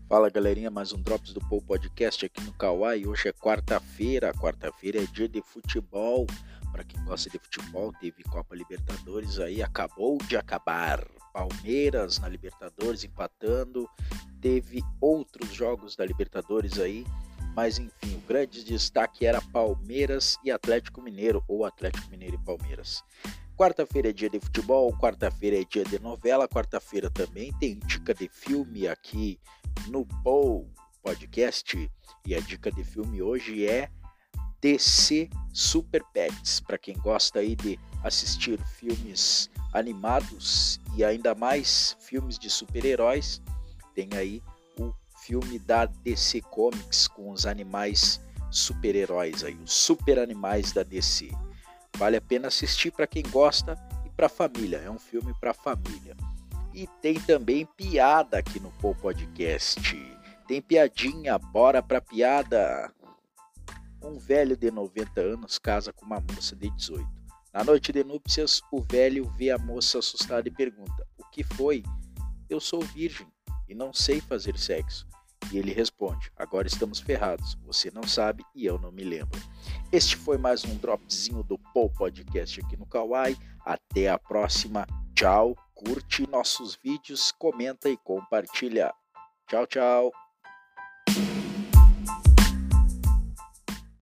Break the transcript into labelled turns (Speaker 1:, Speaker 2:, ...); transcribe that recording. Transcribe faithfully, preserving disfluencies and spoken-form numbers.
Speaker 1: Fala galerinha, mais um Drops do Paul Podcast aqui no Kawai. Hoje é quarta-feira, quarta-feira é dia de futebol. Para quem gosta de futebol, teve Copa Libertadores aí, acabou de acabar. Palmeiras na Libertadores empatando, teve outros jogos da Libertadores aí, mas enfim, o grande destaque era Palmeiras e Atlético Mineiro, ou Atlético Mineiro e Palmeiras. Quarta-feira é dia de futebol, quarta-feira é dia de novela, quarta-feira também tem dica de filme aqui no Paul Podcast, e a dica de filme hoje é D C Super Pets, para quem gosta aí de assistir filmes animados e ainda mais filmes de super-heróis, tem aí o filme da D C Comics com os animais super-heróis aí, os super animais da D C. Vale a pena assistir para quem gosta e para a família, é um filme para a família. E tem também piada aqui no Paul Podcast. Tem piadinha, bora pra piada. Um velho de noventa anos casa com uma moça de dezoito. Na noite de núpcias, o velho vê a moça assustada e pergunta: "O que foi?" "Eu sou virgem e não sei fazer sexo." E ele responde: "Agora estamos ferrados. Você não sabe e eu não me lembro." Este foi mais um dropzinho do Paul Podcast aqui no Kawai. Até a próxima. Tchau. Curte nossos vídeos, comenta e compartilha. Tchau, tchau.